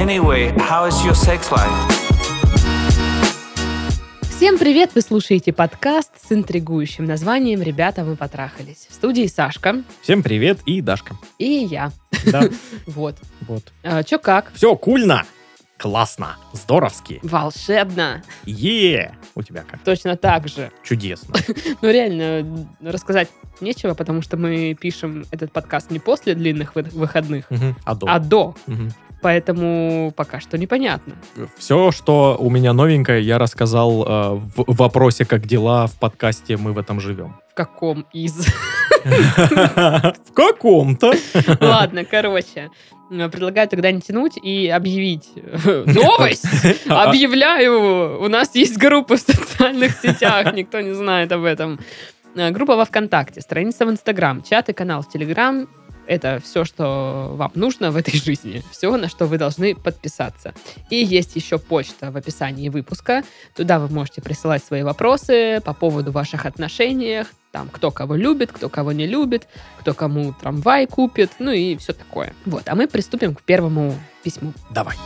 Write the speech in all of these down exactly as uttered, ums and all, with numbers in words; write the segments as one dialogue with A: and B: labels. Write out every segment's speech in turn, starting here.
A: Anyway, how is your sex life?
B: Всем привет! Вы слушаете подкаст с интригующим названием «Ребята, мы потрахались». В студии Сашка.
C: Всем привет и Дашка.
B: И я.
C: Да.
B: Вот.
C: Вот.
B: А, чё как?
C: Все кульно, классно, здоровски.
B: Волшебно.
C: Е! У тебя как?
B: Точно так же.
C: Чудесно.
B: Ну, реально, рассказать нечего, потому что мы пишем этот подкаст не после длинных вы- выходных,
C: Мгм. А до?
B: а до.
C: Мгм.
B: Поэтому пока что непонятно.
C: Все, что у меня новенькое, я рассказал э, в вопросе «Как дела?» в подкасте «Мы в этом живем».
B: В каком из?
C: В каком-то.
B: Ладно, короче. Предлагаю тогда не тянуть и объявить новость. Объявляю, у нас есть группа в социальных сетях, никто не знает об этом. Группа во ВКонтакте, страница в Инстаграм, чат и канал в Телеграм. Это все, что вам нужно в этой жизни. Все, на что вы должны подписаться. И есть еще почта в описании выпуска. Туда вы можете присылать свои вопросы по поводу ваших отношений. Там, кто кого любит, кто кого не любит, кто кому трамвай купит, ну и все такое. Вот, а мы приступим к первому письму.
C: Давай.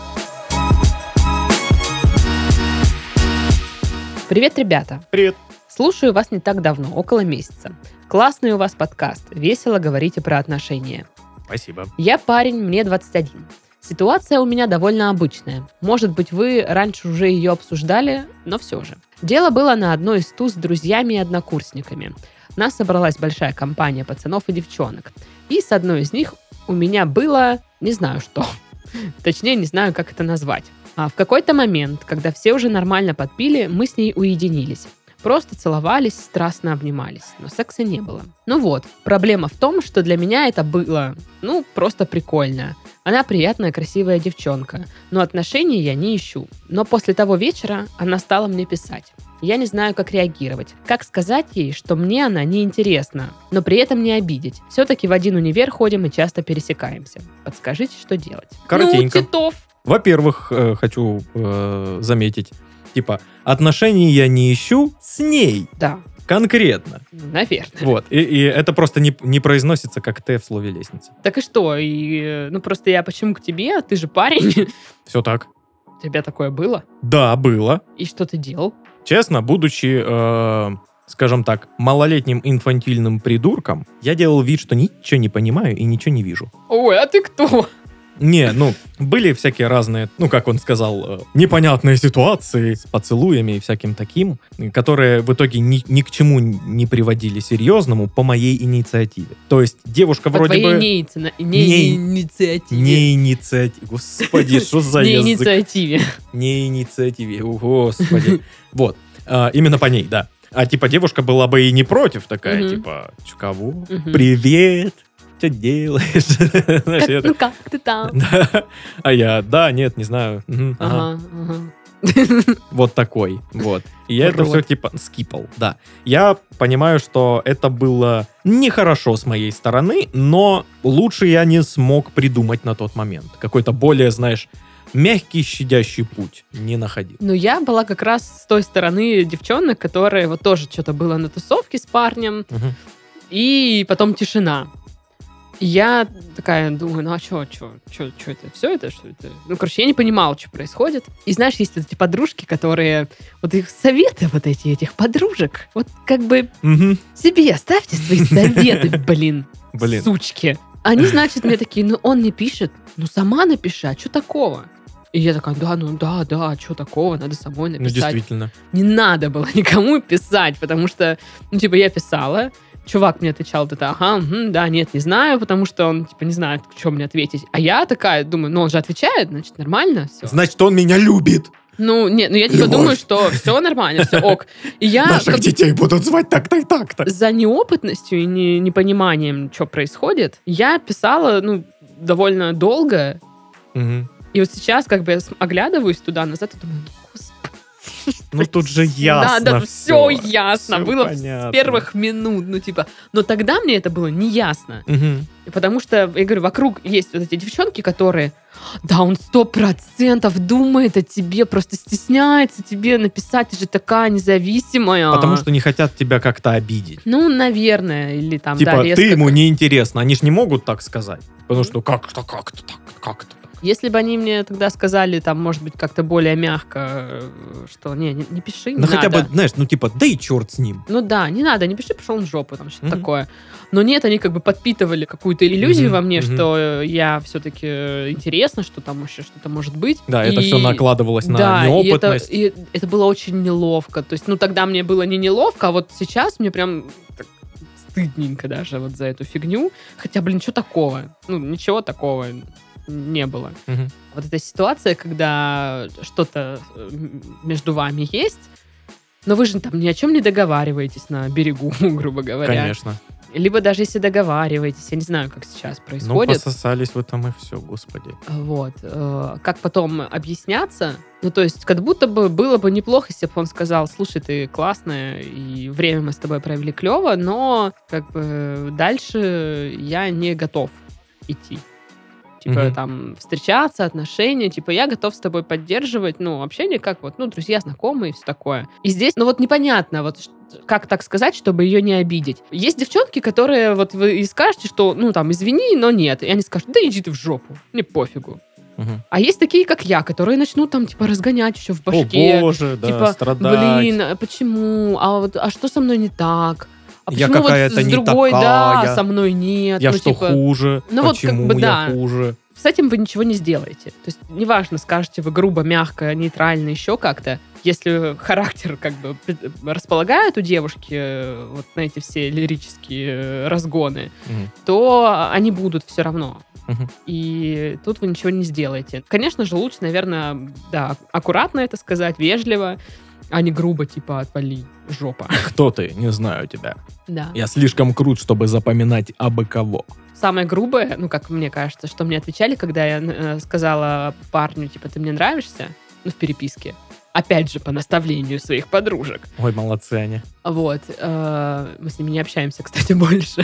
B: Привет, ребята.
C: Привет.
B: Слушаю вас не так давно, около месяца. Классный у вас подкаст. Весело говорите про отношения.
C: Спасибо.
B: Я парень, мне двадцать один. Ситуация у меня довольно обычная. Может быть, вы раньше уже ее обсуждали, но все же. Дело было на одной из туз с друзьями и однокурсниками. Нас собралась большая компания пацанов и девчонок. И с одной из них у меня было не знаю что. Точнее, не знаю, как это назвать. А в какой-то момент, когда все уже нормально подпили, мы с ней уединились. Просто целовались, страстно обнимались, но секса не было. Ну вот, проблема в том, что для меня это было, ну, просто прикольно. Она приятная, красивая девчонка, но отношений я не ищу. Но после того вечера она стала мне писать. Я не знаю, как реагировать. Как сказать ей, что мне она неинтересна, но при этом не обидеть. Все-таки в один универ ходим и часто пересекаемся. Подскажите, что делать?
C: Коротенько.
B: Ну, Титов.
C: Во-первых, э, хочу э, заметить, типа, отношений я не ищу с ней.
B: Да,
C: Конкретно.
B: наверное.
C: Вот. И, и это просто не, не произносится как «Т» в слове «лестница».
B: Так и что? И, э, ну, просто я почему к тебе? Ты же парень.
C: Все так.
B: У тебя такое было?
C: Да, было.
B: И что ты делал?
C: Честно, будучи, э, скажем так, малолетним инфантильным придурком, я делал вид, что ничего не понимаю и ничего не вижу.
B: Ой, а ты кто?
C: Не, ну, были всякие разные, ну, как он сказал, э, непонятные ситуации с поцелуями и всяким таким, которые в итоге ни, ни к чему не приводили серьезному по моей инициативе. То есть девушка
B: По
C: вроде
B: твоей
C: бы...
B: не, иници- не
C: Не-
B: инициативе.
C: Не инициативе. Господи, что за
B: Не
C: язык?
B: инициативе.
C: Не инициативе. О, господи. Вот. А, именно по ней, да. А типа девушка была бы и не против такая,
B: Мгм.
C: типа, чё, кого?
B: Мгм.
C: Привет. Что делаешь? Знаешь,
B: Как-
C: я
B: ну
C: так,
B: как ты там?
C: да. А я, да, нет, не знаю. Мгм, ага.
B: Ага, ага.
C: Вот такой. Вот. И я это
B: Рот.
C: все типа скипал, да. Я понимаю, что это было нехорошо с моей стороны, но лучше я не смог придумать на тот момент. Какой-то более, знаешь, мягкий, щадящий путь не находил.
B: Ну, я была как раз с той стороны девчонок, которые вот тоже что-то было на тусовке с парнем,
C: Мгм.
B: и потом тишина. И я такая думаю, ну а что, что, что, что это, все это, что это? Ну, короче, я не понимала, что происходит. И знаешь, есть вот эти подружки, которые, вот их советы вот эти, этих подружек, вот как бы
C: Мгм.
B: себе оставьте свои советы, блин,
C: Блин.
B: сучки. Они, значит, мне такие, ну он не пишет, ну сама напиши, а что такого? И я такая, да, ну да, да, что такого, надо самой
C: Ну,
B: написать.
C: действительно.
B: Не надо было никому писать, потому что, ну, типа, я писала, чувак мне отвечал, это, ага, угу, да, нет, не знаю, потому что он, типа, не знает, что мне ответить. А я такая думаю, ну, он же отвечает, значит, нормально все.
C: Значит, он меня любит.
B: Ну, нет, ну, я, типа,
C: Любовь.
B: думаю, что все нормально, все ок. И я
C: Наших
B: как-
C: детей будут звать так-то и так-то.
B: за неопытностью и не, непониманием, что происходит, я писала, ну, довольно долго.
C: Мгм.
B: И вот сейчас, как бы, я с- оглядываюсь туда-назад и думаю, ну, господи.
C: Ну, тут же ясно
B: Да, да,
C: всё.
B: все ясно.
C: Всё
B: было
C: понятно.
B: с первых минут, ну, типа. Но тогда мне это было не ясно.
C: Мгм.
B: Потому что, я говорю, вокруг есть вот эти девчонки, которые, да, он сто процентов думает о тебе, просто стесняется тебе написать, ты же такая независимая.
C: Потому что не хотят тебя как-то обидеть.
B: Ну, наверное, или там,
C: Типа,
B: да, резко...
C: ты ему не интересно. Они ж не могут так сказать. Потому что как-то, как-то, так, как-то.
B: Если бы они мне тогда сказали, там, может быть, как-то более мягко, что не, не, не пиши, не
C: Ну,
B: надо.
C: хотя бы, знаешь, ну, типа, да и черт с ним.
B: Ну да, не надо, не пиши, пошел в жопу, там что-то
C: Мгм.
B: такое. Но нет, они как бы подпитывали какую-то иллюзию
C: Мгм,
B: во мне,
C: мгм.
B: что я все-таки интересно, что там еще что-то может быть.
C: Да, это
B: И-
C: все накладывалось на
B: Да, и это,
C: неопытность.
B: и это было очень неловко. То есть, ну, тогда мне было не неловко, а вот сейчас мне прям так стыдненько даже вот за эту фигню. Хотя, блин, что такого? Ну, ничего такого не было.
C: Мгм.
B: Вот эта ситуация, когда что-то э, между вами есть, но вы же там ни о чем не договариваетесь на берегу, грубо говоря.
C: Конечно.
B: Либо даже если договариваетесь, я не знаю, как сейчас
C: Ну,
B: происходит.
C: пососались вы там и все, господи.
B: Вот. э, Как потом объясняться? Ну, то есть, как будто бы было бы неплохо, если бы он сказал, слушай, ты классная, и время мы с тобой провели клево, но как бы дальше я не готов идти. Типа,
C: Мгм.
B: там, встречаться, отношения, типа, я готов с тобой поддерживать, ну, общение как вот, ну, друзья, знакомые и все такое. И здесь, ну, вот непонятно, вот, ш- как так сказать, чтобы ее не обидеть. Есть девчонки, которые, вот, вы и скажете, что, ну, там, извини, но нет. И они скажут, да иди ты в жопу, мне пофигу.
C: Мгм.
B: А есть такие, как я, которые начнут там, типа, разгонять еще в башке.
C: О, боже, да,
B: типа,
C: страдать.
B: блин, а почему? А вот, а что со мной не так? А
C: Я
B: почему вот
C: какая-то
B: с
C: не
B: другой,
C: такая.
B: да, со мной нет?
C: Я
B: Ну,
C: что,
B: типа,
C: хуже?
B: ну вот как
C: Почему
B: бы
C: я
B: да.
C: хуже?
B: с этим вы ничего не сделаете. То есть, неважно, скажете вы грубо, мягко, нейтрально, еще как-то. Если характер как бы пред- располагает у девушки э, вот на эти все лирические э, разгоны,
C: Мгм.
B: то они будут все равно.
C: Мгм.
B: И тут вы ничего не сделаете. Конечно же, лучше, наверное, да, аккуратно это сказать, вежливо, а не грубо, типа, отвали, жопа.
C: Кто ты? Не знаю тебя.
B: Да.
C: Я слишком крут, чтобы запоминать абы кого.
B: Самое грубое, ну, как мне кажется, что мне отвечали, когда я э, сказала парню, типа, ты мне нравишься, ну, в переписке. Опять же, по наставлению своих подружек.
C: Ой, молодцы они.
B: Вот. э, Мы с ними не общаемся, кстати, больше.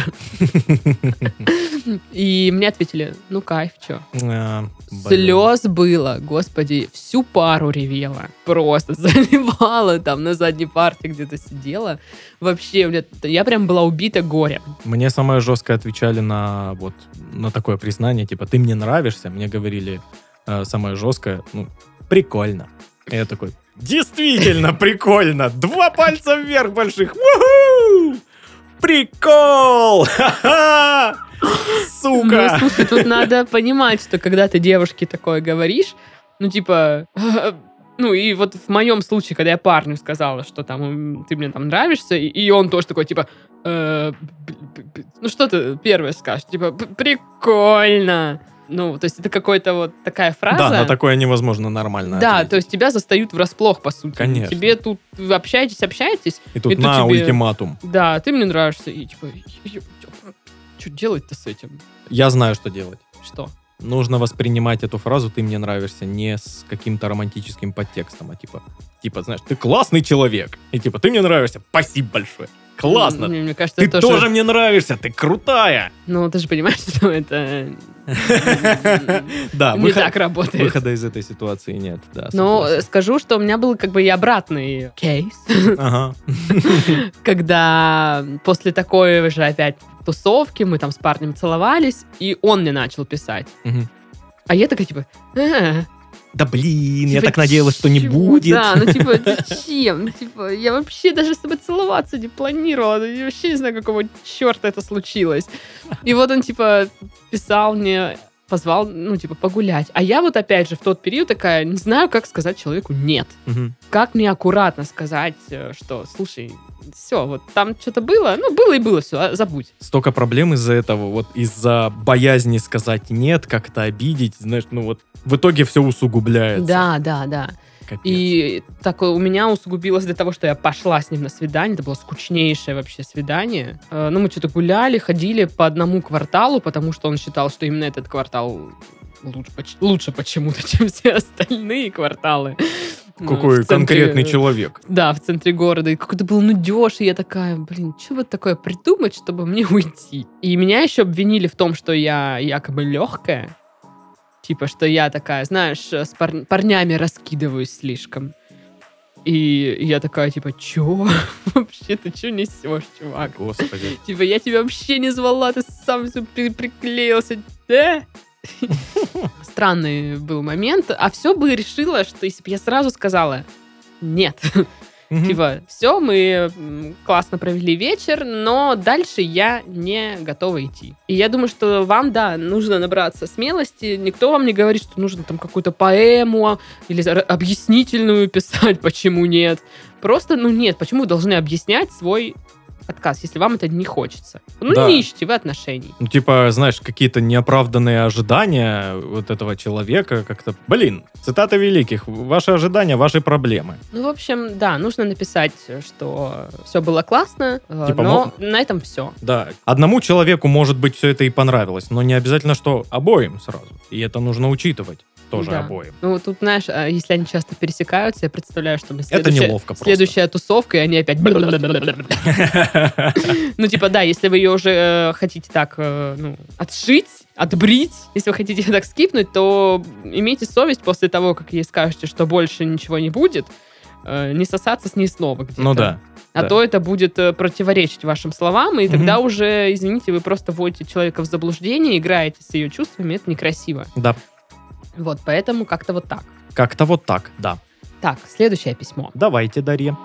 B: И мне ответили, ну, кайф, чё.
C: А, блин.
B: Слез было, господи, всю пару ревела. Просто заливала там на задней парте где-то сидела. Вообще, блядь, я прям была убита горем.
C: Мне самое жесткое отвечали на вот на такое признание, типа, ты мне нравишься. Мне говорили э, самое жесткое, ну, прикольно. И я такой, действительно прикольно. Два пальца вверх больших. Уху! Прикол! Ха-ха!
B: Ну,
C: Сука!
B: слушай, тут надо понимать, что когда ты девушке такое говоришь, ну, типа, ну, и вот в моем случае, когда я парню сказала, что там м, ты мне там нравишься, и, и он тоже такой, типа, «Э, б- б- б- ну, что ты первое скажешь? Типа, «П- прикольно. Ну, то есть это какая-то вот такая фраза.
C: Да, на такое невозможно нормально
B: Да,
C: ответить.
B: то есть тебя застают врасплох, по сути.
C: Конечно.
B: Тебе тут вы общаетесь, общаетесь.
C: И тут
B: и тут
C: на
B: тебе-
C: ультиматум.
B: Да, ты мне нравишься. И типа, что делать-то с этим?
C: Я знаю, что делать.
B: Что?
C: Нужно воспринимать эту фразу «ты мне нравишься» не с каким-то романтическим подтекстом, а типа, типа, знаешь, ты классный человек. И типа, ты мне нравишься, спасибо большое. Классно.
B: Мне, мне кажется,
C: Ты
B: это
C: тоже мне нравишься, ты крутая.
B: Ну, ты же понимаешь, что это
C: Да,
B: не
C: выход-
B: так работает.
C: выхода из этой ситуации нет. Да,
B: Но
C: согласен.
B: скажу, что у меня был как бы и обратный кейс,
C: Ага.
B: когда после такой же опять тусовки мы там с парнем целовались, и он мне начал писать.
C: Мгм.
B: А я такая, типа, «А,
C: Да блин, я
B: типа,
C: так надеялась, что не
B: чего?»
C: будет.
B: Да, ну типа, зачем? Ну, типа, я вообще даже с тобой целоваться не планировала. Я вообще не знаю, какого черта это случилось. И вот он, типа, писал мне, позвал, ну, типа, погулять. А я вот опять же в тот период такая, не знаю, как сказать человеку «нет».
C: Мгм.
B: Как мне аккуратно сказать, э, что, слушай, все, вот там что-то было, ну, было и было, все, забудь.
C: Столько проблем из-за этого, вот из-за боязни сказать «нет», как-то обидеть, знаешь, ну вот в итоге все усугубляется.
B: Да, да, да.
C: Капец.
B: И такое у меня усугубилось для того, что я пошла с ним на свидание. Это было скучнейшее вообще свидание. Э, Ну, мы что-то гуляли, ходили по одному кварталу, потому что он считал, что именно этот квартал лучше, поч- лучше почему-то, чем все остальные кварталы. Ну,
C: Какой
B: в центре-
C: конкретный человек.
B: Да, в центре города. И какой-то был нудеж, и я такая, блин, что вот такое придумать, чтобы мне уйти? И меня еще обвинили в том, что я якобы легкая. Типа, что я такая, знаешь, с пар- парнями раскидываюсь слишком. И я такая, типа, чё? Вообще, ты чё несешь, чувак?
C: Господи.
B: Типа, я тебя вообще не звала, ты сам всё при- приклеился. Да? Странный был момент. А все бы решила, что если бы я сразу сказала нет.
C: Мгм.
B: Типа, все, мы м, классно провели вечер, но дальше я не готова идти. И я думаю, что вам, да, нужно набраться смелости. Никто вам не говорит, что нужно там какую-то поэму или р- объяснительную писать, почему нет. Просто, ну нет, почему вы должны объяснять свой отказ, если вам это не хочется? Ну,
C: Да.
B: не ищите вы отношений.
C: Ну, типа, знаешь, какие-то неоправданные ожидания вот этого человека как-то... Блин, цитата великих. Ваши ожидания, ваши проблемы.
B: Ну, в общем, да, нужно написать, что все было классно, э,
C: Типа,
B: но на этом все.
C: Да. Одному человеку, может быть, все это и понравилось, но не обязательно, что обоим сразу. И это нужно учитывать. Тоже
B: Да.
C: обоим.
B: Ну, тут, знаешь, а если они часто пересекаются, я представляю, что мы
C: Это
B: следующая,
C: неловко просто.
B: следующая тусовка, и они опять... Ну, типа, да, если вы ее уже э, хотите так, э, ну, отшить, отбрить, если вы хотите так скипнуть, то имейте совесть после того, как ей скажете, что больше ничего не будет, э, не сосаться с ней снова где-то.
C: Ну да.
B: А
C: да.
B: то это будет э, противоречить вашим словам, и тогда уже, извините, вы просто вводите человека в заблуждение, играете с ее чувствами, это некрасиво.
C: Да.
B: Вот, поэтому как-то вот так.
C: Как-то вот так, да.
B: Так, следующее письмо.
C: Давайте, Дарья.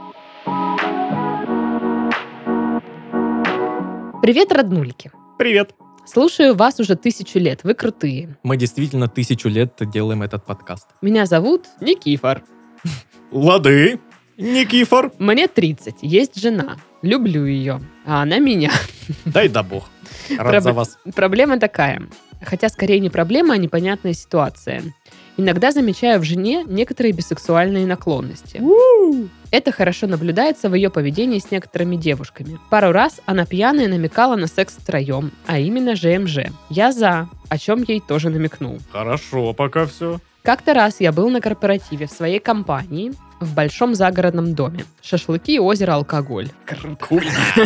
B: Привет, роднульки.
C: Привет.
B: Слушаю вас уже тысячу лет, вы крутые.
C: Мы действительно тысячу лет делаем этот подкаст.
B: Меня зовут Никифор.
C: Лады. Никифор.
B: Мне тридцать, есть жена. Люблю ее, а она меня.
C: Дай да бог. Рад
B: Проб-
C: за вас.
B: Проблема такая. Хотя скорее не проблема, а непонятная ситуация. Иногда замечаю в жене некоторые бисексуальные наклонности. Это хорошо наблюдается в ее поведении с некоторыми девушками. Пару раз она пьяная намекала на секс втроем, а именно ЖМЖ. Я за, о чем ей тоже намекнул.
C: Хорошо, пока все.
B: Как-то раз я был на корпоративе в своей компании в большом загородном доме. Шашлыки, озеро, алкоголь. Круто.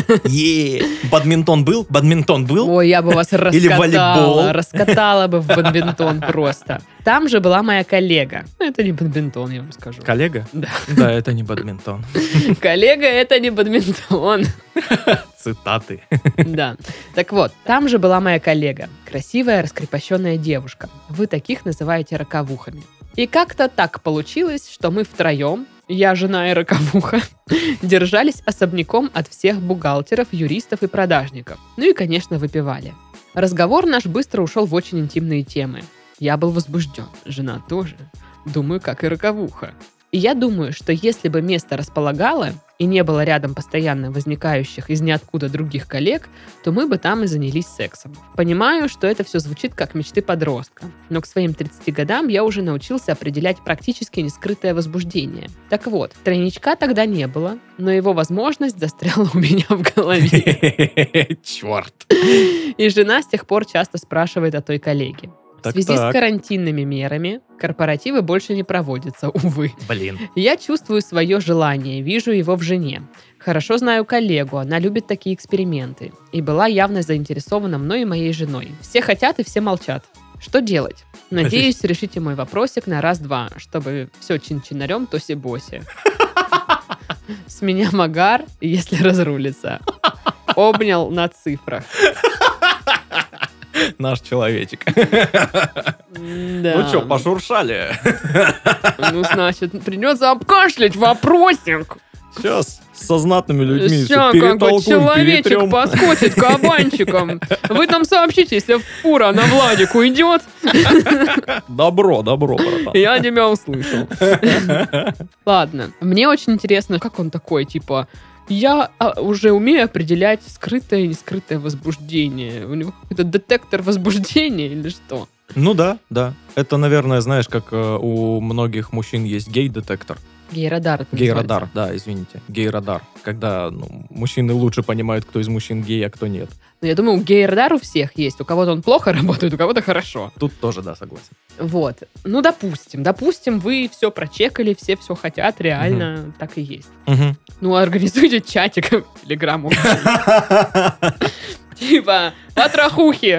C: Е. Бадминтон был? Бадминтон был?
B: Ой, я бы вас
C: Или волейбол.
B: раскатала, раскатала бы в бадминтон просто. Там же была моя коллега. Ну, это не бадминтон, я вам скажу.
C: Коллега?
B: Да.
C: Да, это не бадминтон.
B: Коллега, это не бадминтон.
C: Цитаты.
B: Да. Так вот, там же была моя коллега. Красивая, раскрепощенная девушка. Вы таких называете роковухами. И как-то так получилось, что мы втроем, я, жена и роковуха, держались особняком от всех бухгалтеров, юристов и продажников. Ну и, конечно, выпивали. Разговор наш быстро ушел в очень интимные темы. Я был возбужден, жена тоже. Думаю, как и роковуха. И я думаю, что если бы место располагало и не было рядом постоянно возникающих из ниоткуда других коллег, то мы бы там и занялись сексом. Понимаю, что это все звучит как мечты подростка, но к своим тридцати годам я уже научился определять практически нескрытое возбуждение. Так вот, тройничка тогда не было, но его возможность застряла у меня в голове.
C: Черт.
B: И жена с тех пор часто спрашивает о той коллеге. В
C: Так,
B: связи
C: так.
B: с карантинными мерами корпоративы больше не проводятся, увы.
C: Блин.
B: Я чувствую свое желание, вижу его в жене. Хорошо знаю коллегу, она любит такие эксперименты. И была явно заинтересована мной и моей женой. Все хотят и все молчат. Что делать? Надеюсь, решите мой вопросик на раз-два, чтобы все чин-чинарем, тоси-боси. С меня магар, если разрулится. Обнял на цифрах.
C: Наш человечек.
B: Да.
C: Ну что, пошуршали?
B: Ну, значит, придется обкашлять вопросик.
C: Сейчас со знатными людьми
B: Все,
C: все
B: как бы
C: перетолкуем,
B: человечек
C: перетрем.
B: подскочит кабанчиком. Вы там сообщите, если фура на Владику идет.
C: Добро, добро, братан.
B: Я тебя услышал. Ладно, мне очень интересно, как он такой, типа... Я а, уже умею определять скрытое и нескрытое возбуждение. У него какой-то детектор возбуждения или что?
C: Ну да, да. Это, наверное, знаешь, как э, у многих мужчин есть гей-детектор.
B: Гей-радар. это
C: Гей-радар, да, извините. Гей-радар. Когда ну, мужчины лучше понимают, кто из мужчин гей, а кто нет.
B: Но я думаю, гей-радар у всех есть. У кого-то он плохо работает, у кого-то хорошо.
C: Тут тоже, да, согласен.
B: Вот. Ну, допустим. Допустим, вы все прочекали, все все хотят, реально так и есть.
C: Мгм.
B: Ну, организуйте чатик в Телеграму. Типа, потрохухи.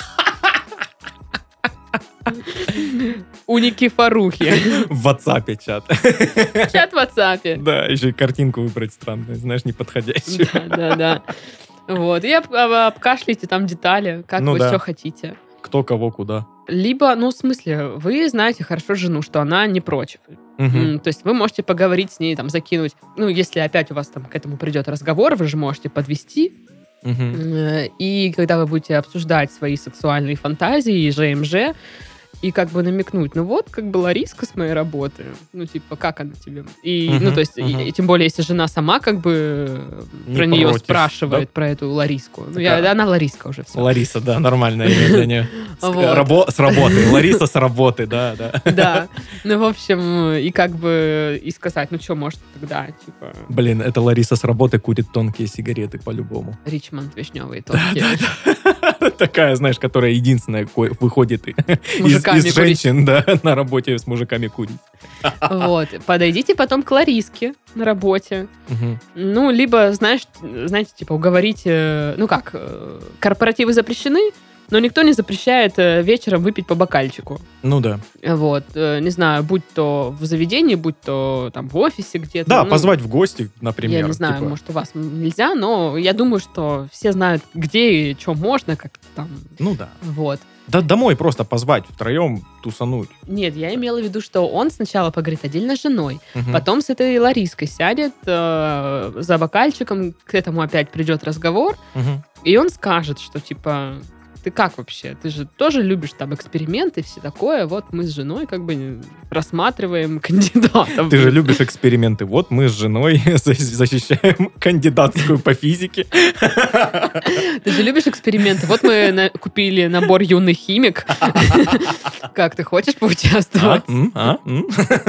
B: У Никифорухи.
C: В WhatsApp чат.
B: Чат в WhatsApp.
C: Да, еще и картинку выбрать странную, знаешь, неподходящую.
B: Да, да, да. Вот. И об- об- обкашляйте там детали, как
C: Ну
B: вы
C: да.
B: все хотите.
C: Кто кого куда.
B: Либо, ну, в смысле, вы знаете хорошо жену, что она не против.
C: Мгм.
B: М, То есть вы можете поговорить с ней, там, закинуть. Ну, если опять у вас там к этому придет разговор, вы же можете подвести.
C: Мгм.
B: Э, И когда вы будете обсуждать свои сексуальные фантазии и ЖМЖ, и как бы намекнуть, ну вот, как бы Лариска с моей работы. Ну, типа, как она тебе? И,
C: Мгм,
B: ну, то есть, и-
C: мгм.
B: и, тем более, если жена сама как бы
C: Не
B: про нее
C: против,
B: спрашивает,
C: да?
B: про эту Лариску. Ну,
C: Такая.
B: я, она Лариска уже, все.
C: Лариса, да, нормальное имя для нее. С,
B: Вот.
C: рабо- с работы. Лариса с работы, да, да.
B: Да. Ну, в общем, и как бы и сказать, ну, что, может, тогда, типа,
C: Блин, это Лариса с работы курит тонкие сигареты по-любому.
B: Ричмонд вишневые тонкие.
C: Такая, знаешь, которая единственная ко- выходит и-
B: С
C: из,
B: мужиками
C: из
B: курить.
C: женщин, да, на работе с мужиками курить.
B: Вот. Подойдите потом к Лариске на работе.
C: Мгм.
B: Ну, либо, знаешь, знаете, типа, уговорить, э, ну как, э, корпоративы запрещены, но никто не запрещает э, вечером выпить по бокальчику.
C: Ну да.
B: Вот, э, не знаю, будь то в заведении, будь то там в офисе где-то.
C: Да,
B: ну,
C: позвать в гости, например.
B: Я не знаю,
C: типа.
B: может, у вас нельзя, но я думаю, что все знают, где и что можно, как там,
C: Ну да.
B: вот.
C: Да домой просто позвать, втроем тусануть.
B: Нет, я имела в виду, что он сначала поговорит отдельно с женой,
C: Мгм.
B: потом с этой Лариской сядет э, за бокальчиком, к этому опять придет разговор,
C: Мгм.
B: и он скажет, что типа, ты как вообще? Ты же тоже любишь там эксперименты, все такое. Вот мы с женой как бы рассматриваем кандидатов.
C: Ты же любишь эксперименты. Вот мы с женой за- защищаем кандидатскую по физике.
B: Ты же любишь эксперименты. Вот мы на- купили набор «Юный химик». Как, ты хочешь поучаствовать?
C: А? М? А? М?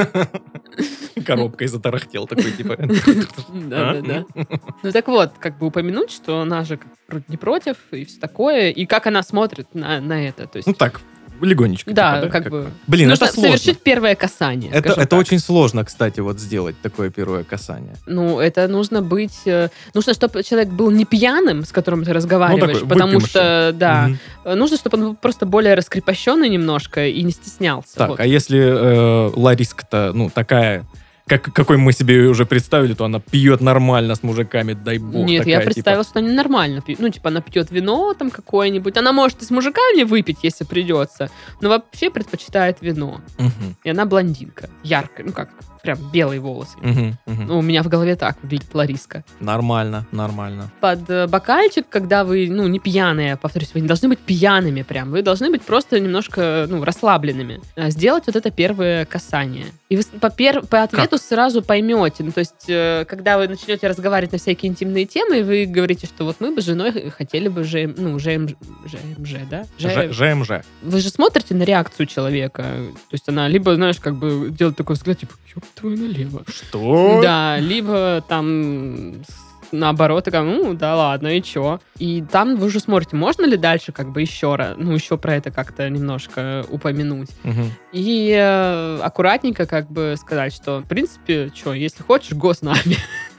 C: Коробкой затарахтел такой, типа.
B: Да-да-да. Ну так вот, как бы упомянуть, что она же как вроде не против и все такое, и как она смотрит на, на это. То есть,
C: Ну так, легонечко.
B: да,
C: типа,
B: как, бы...
C: Блин,
B: нужно
C: это сложно.
B: совершить первое касание.
C: Это,
B: скажем
C: это
B: так.
C: очень сложно, кстати, вот сделать такое первое касание.
B: Ну, это нужно быть... э, Нужно, чтобы человек был не пьяным, с которым ты разговариваешь,
C: такой
B: потому
C: выпивший.
B: что, да,
C: Мгм.
B: э, нужно, чтобы он был просто более раскрепощенный немножко и не стеснялся.
C: Так,
B: вот.
C: а если э, Лариска-то, ну, такая, как, какой мы себе ее уже представили, то она пьет нормально с мужиками, дай бог.
B: Нет,
C: такая,
B: я
C: типа,
B: представила, что она ненормально пьет. Ну, типа, она пьет вино там какое-нибудь. Она может и с мужиками выпить, если придется, но вообще предпочитает вино.
C: мгм,
B: И она блондинка, яркая, ну как, прям белые волосы.
C: мгм, мгм.
B: Ну, у меня в голове так выглядит Лариска.
C: Нормально, нормально.
B: Под э, бокальчик, когда вы, ну, не пьяные, повторюсь, вы не должны быть пьяными прям, вы должны быть просто немножко, ну, расслабленными. А Сделать вот это первое касание. И вы с- по, пер- по ответу сразу поймете. Ну, то есть, э, когда вы начнете разговаривать на всякие интимные темы, вы говорите, что вот мы бы с женой хотели бы ЖМ, ну, ЖМ, ЖМЖ, да?
C: Ж- ЖМЖ.
B: Вы же смотрите на реакцию человека. То есть она либо, знаешь, как бы делает такой взгляд, типа, ёб твою налево.
C: Что?
B: Да, либо там с- наоборот, такая, ну, да ладно, и чё? И там вы уже смотрите, можно ли дальше как бы еще раз, ну, еще про это как-то немножко упомянуть.
C: Мгм.
B: И э, аккуратненько как бы сказать, что, в принципе, что, если хочешь, го с нами.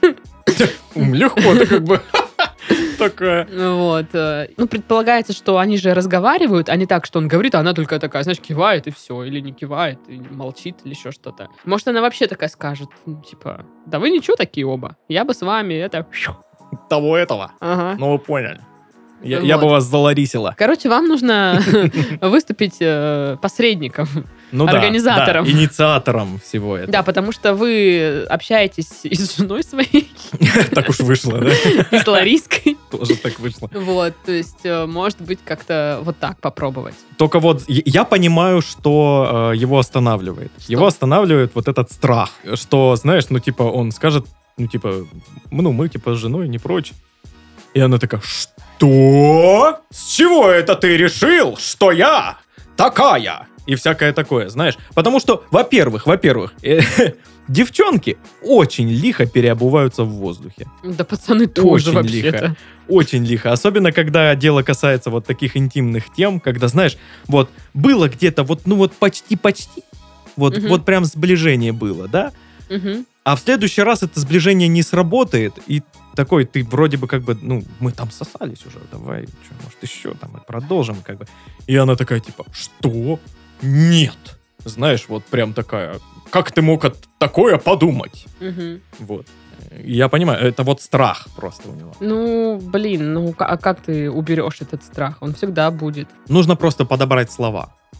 C: М, Легко, ты как бы такая.
B: Вот. э, Ну, предполагается, что они же разговаривают, а не так, что он говорит, а она только такая, знаешь, кивает и все, или не кивает, и молчит, или еще что-то. Может, она вообще такая скажет, ну, типа, да вы ничего такие оба, я бы с вами, это...
C: Того этого.
B: Ага.
C: Ну, вы поняли. Я, я бы
B: Вот.
C: вас заларисила.
B: Короче, вам нужно выступить э, посредником.
C: Ну да,
B: Организатором.
C: да, инициатором всего этого.
B: Да, потому что вы общаетесь и с женой своей,
C: Так уж вышло, да?
B: и с Лариской.
C: Тоже так вышло.
B: Вот, то есть, э, может быть, как-то вот так попробовать.
C: Только вот я я понимаю, что э, его останавливает.
B: Что?
C: Его останавливает вот этот страх, что, знаешь, ну, типа, он скажет, ну, типа, ну, мы, типа, с женой не прочь. И она такая, что? С чего это ты решил, что я такая? И всякое такое, знаешь. Потому что, во-первых, во-первых, э, девчонки очень лихо переобуваются в воздухе.
B: Да пацаны тоже
C: Очень
B: вообще-то.
C: лихо. Очень лихо. Особенно, когда дело касается вот таких интимных тем, когда, знаешь, вот было где-то вот, ну вот почти-почти, вот,
B: Мгм.
C: вот прям сближение было, да?
B: Мгм.
C: А в следующий раз это сближение не сработает, и такой ты вроде бы как бы, ну, мы там сосались уже, давай, чё, может, еще там и продолжим, как бы. И она такая, типа, что? Нет. Знаешь, вот прям такая, как ты мог от такое подумать?
B: Мгм.
C: Вот. Я понимаю, это вот страх просто у него.
B: Ну, блин, ну ка- а как ты уберешь этот страх? Он всегда будет.
C: Нужно просто подобрать слова.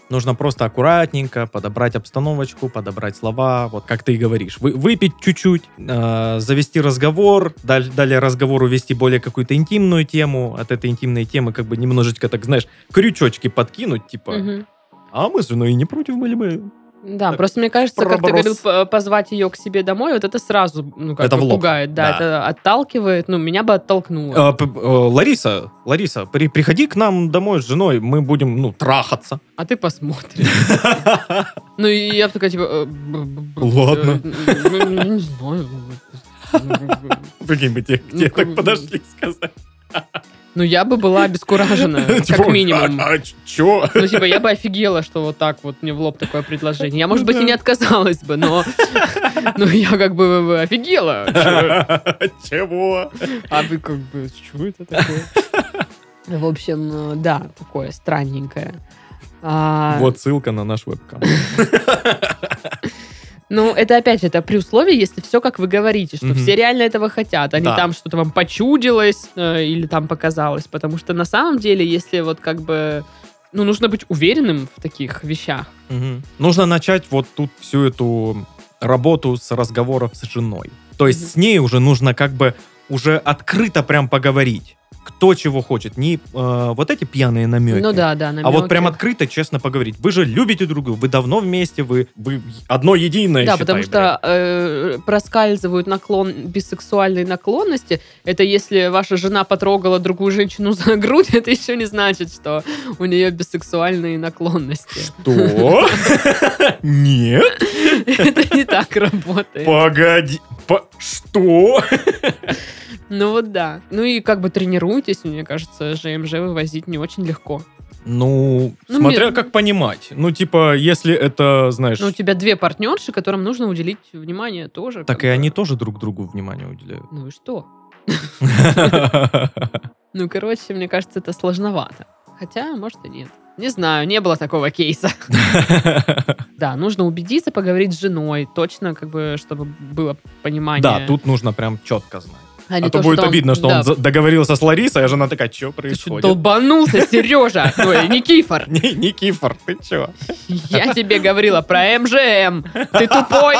C: Нужно просто аккуратненько подобрать обстановочку, подобрать слова, вот как ты и говоришь. Вы, выпить чуть-чуть, э, завести разговор, даль, далее разговору вести более какую-то интимную тему, от этой интимной темы как бы немножечко, так знаешь, крючочки подкинуть, типа,
B: Мгм.
C: а мы с женой не против были бы.
B: Да,
C: Так,
B: просто мне кажется, как ты
C: проброс.
B: говорил, п- позвать ее к себе домой, вот это сразу, ну, как
C: Это
B: бы
C: в лоб.
B: пугает, да,
C: Да.
B: это отталкивает, ну, меня бы оттолкнуло.
C: Э, п- э, Лариса, Лариса, при- приходи к нам домой с женой, мы будем, ну, трахаться.
B: А ты посмотришь. Ну, и я бы такая, типа... э, б- б- б-
C: Ладно.
B: э, ну, я не знаю.
C: Прикинь бы тебе,
B: Ну,
C: тебе
B: как
C: так
B: бы-
C: подошли сказать.
B: Ну, я бы была обескуражена,
C: Типа,
B: как минимум.
C: А, а чё?
B: Ну, типа, я бы офигела, что вот так вот мне в лоб такое предложение. Я, может быть, и не отказалась бы, но... Ну, я как бы офигела. Чё?
C: Чего?
B: А вы как бы, что это такое? В общем, э, да, такое странненькое. А,
C: Вот ссылка на наш вебкам.
B: Ну, это опять же, это при условии, если все, как вы говорите, что
C: Мгм.
B: все реально этого хотят, а не
C: Да.
B: там что-то вам почудилось э, или там показалось. Потому что на самом деле, если вот как бы... Ну, нужно быть уверенным в таких вещах.
C: Мгм. Нужно начать вот тут всю эту работу с разговоров с женой. То есть
B: Мгм.
C: с ней уже нужно как бы уже открыто прям поговорить. Кто чего хочет. Не э, вот эти пьяные намеки.
B: Ну да, да,
C: А
B: намеки.
C: вот прям открыто, честно поговорить. Вы же любите друг друга, вы давно вместе, вы, вы одно единое,
B: Да,
C: считай,
B: потому что э, проскальзывают наклон, бисексуальные наклонности. Это если ваша жена потрогала другую женщину за грудь, это еще не значит, что у нее бисексуальные наклонности.
C: Что? Нет?
B: Это не так работает.
C: Погоди. По- Что?
B: Ну вот да. Ну и как бы тренируйтесь, мне кажется, ЖМЖ вывозить не очень легко.
C: Ну,
B: Ну,
C: смотря
B: мне-
C: как понимать. Ну, типа, если это, знаешь...
B: Ну, у тебя две партнерши, которым нужно уделить внимание тоже.
C: Так
B: как
C: и
B: бы.
C: они тоже друг другу внимание уделяют.
B: Ну и что? Ну, короче, мне кажется, это сложновато. Хотя, может и нет. Не знаю, не было такого кейса. Да, нужно убедиться, поговорить с женой. Точно, как бы, чтобы было понимание.
C: Да, тут нужно прям четко знать.
B: А, не
C: А то
B: то,
C: будет
B: что он-
C: обидно, что
B: да,
C: он за- договорился с Ларисой, а жена такая, что
B: Ты что,
C: происходит?
B: долбанулся, Сережа? Ой, Никифор.
C: Не- Никифор, ты чё?
B: Я тебе говорила про эм жэ эм. Ты тупой.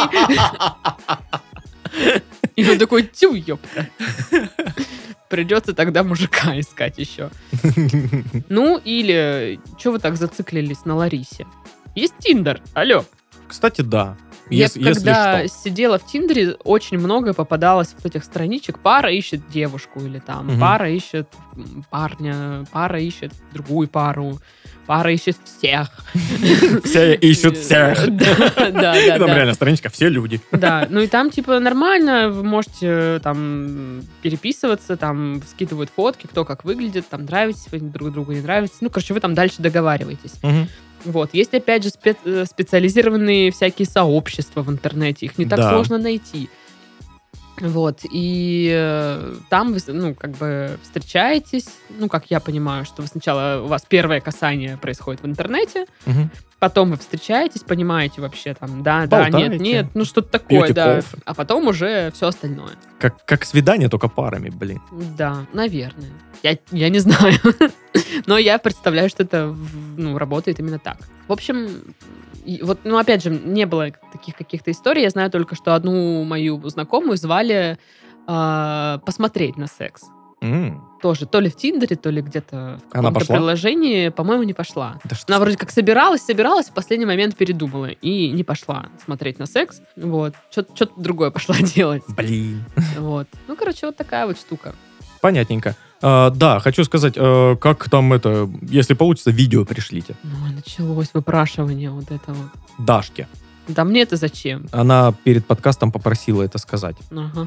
B: И он такой, тю, ёпта. Придется тогда мужика искать еще. Ну, или что вы так зациклились на Ларисе? Есть Тиндер, алло.
C: Кстати, да.
B: Я
C: Ес- Если
B: когда
C: что.
B: сидела в Тиндере, очень много попадалось вот этих страничек. Пара ищет девушку или там
C: Мгм.
B: пара ищет м, парня, пара ищет другую пару, пара ищет всех.
C: Все ищут всех.
B: Да, да,
C: И
B: да.
C: Там
B: да.
C: реально страничка «Все люди».
B: Да, ну и там, типа, нормально, вы можете э, там переписываться, там скидывают фотки, кто как выглядит, там нравитесь вы друг другу, не нравитесь. Ну, короче, вы там дальше договариваетесь.
C: Мгм.
B: Вот. Есть, опять же, спе- э, специализированные всякие сообщества в интернете, их не так
C: Да.
B: сложно найти. Вот, и э, там вы, ну, как бы встречаетесь, ну, как я понимаю, что вы сначала, у вас первое касание происходит в интернете,
C: Мгм.
B: потом вы встречаетесь, понимаете вообще там, да, да,
C: Болтаете.
B: нет, нет, ну, что-то такое,
C: Пьете
B: да.
C: кофе.
B: А потом уже все остальное.
C: Как, как свидание, только парами, блин.
B: Да, наверное. Я, я не знаю. Но я представляю, что это в- ну, работает именно так. В общем, и вот, ну, опять же, не было таких каких-то историй. Я знаю только, что одну мою знакомую звали э, посмотреть на секс.
C: М,
B: Тоже то ли в Тиндере, то ли где-то в
C: Она
B: каком-то
C: пошла?
B: приложении. По-моему, не пошла.
C: Да что
B: Она
C: ж
B: вроде как собиралась, собиралась, в последний момент передумала и не пошла смотреть на секс. Вот. Что-то другое пошла делать.
C: Блин.
B: Вот. Ну, короче, вот такая вот штука.
C: Понятненько. А, да, хочу сказать, э, как там это, если получится, видео пришлите.
B: Ну, и началось выпрашивание вот этого.
C: Дашке.
B: Да мне это зачем?
C: Она перед подкастом попросила это сказать.
B: Ага.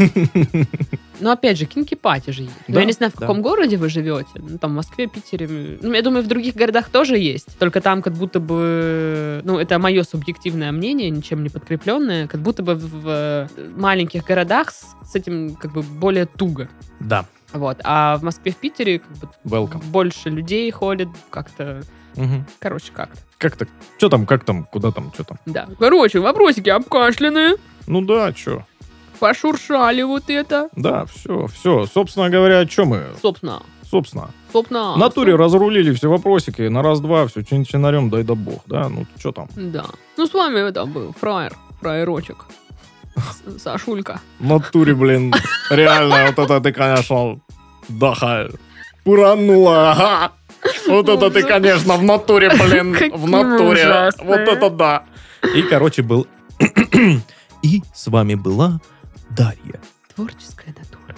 B: Ну, опять же, кинки-пати же есть. Ну,
C: Да,
B: я не знаю, в
C: да.
B: каком городе вы живете. Ну, там, в Москве, Питере. Ну, я думаю, в других городах тоже есть. Только там как будто бы... Ну, это мое субъективное мнение, ничем не подкрепленное. Как будто бы в в маленьких городах с с этим как бы более туго.
C: Да,
B: Вот. А в Москве, в Питере как бы
C: welcome.
B: больше людей ходит. Как-то...
C: Мгм.
B: Короче, как-то.
C: Как так? Что там, как там, куда там, что там?
B: Да. Короче, вопросики обкашленные.
C: Ну да, что?
B: Пошуршали вот это.
C: Да, все, все. Собственно говоря, что мы?
B: Собственно.
C: Собственно.
B: Собственно.
C: В натуре разрулили все вопросики, на раз-два, все чин-чинарем, дай да бог, да? Ну, что там?
B: Да. Ну, с вами это был фраер, фраерочек. С- Сашулька.
C: В натуре, блин, реально, вот это ты, конечно, Даха, уранула, ага. Вот это ты, конечно, в натуре, блин, в натуре.
B: ужасные.
C: Вот это да. И, короче, был... И с вами была Дарья.
B: Творческая натура.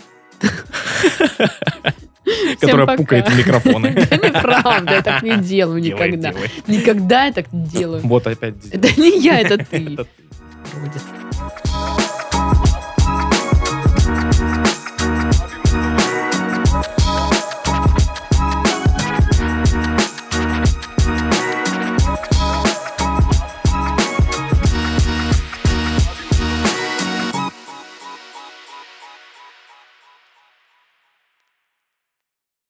C: Которая
B: пока.
C: пукает в микрофоны.
B: Да неправда, я так не делаю
C: Делай,
B: никогда.
C: делай.
B: Никогда я так не делаю.
C: Вот опять.
B: Это не я, это ты.
C: Это ты.
B: Уродец.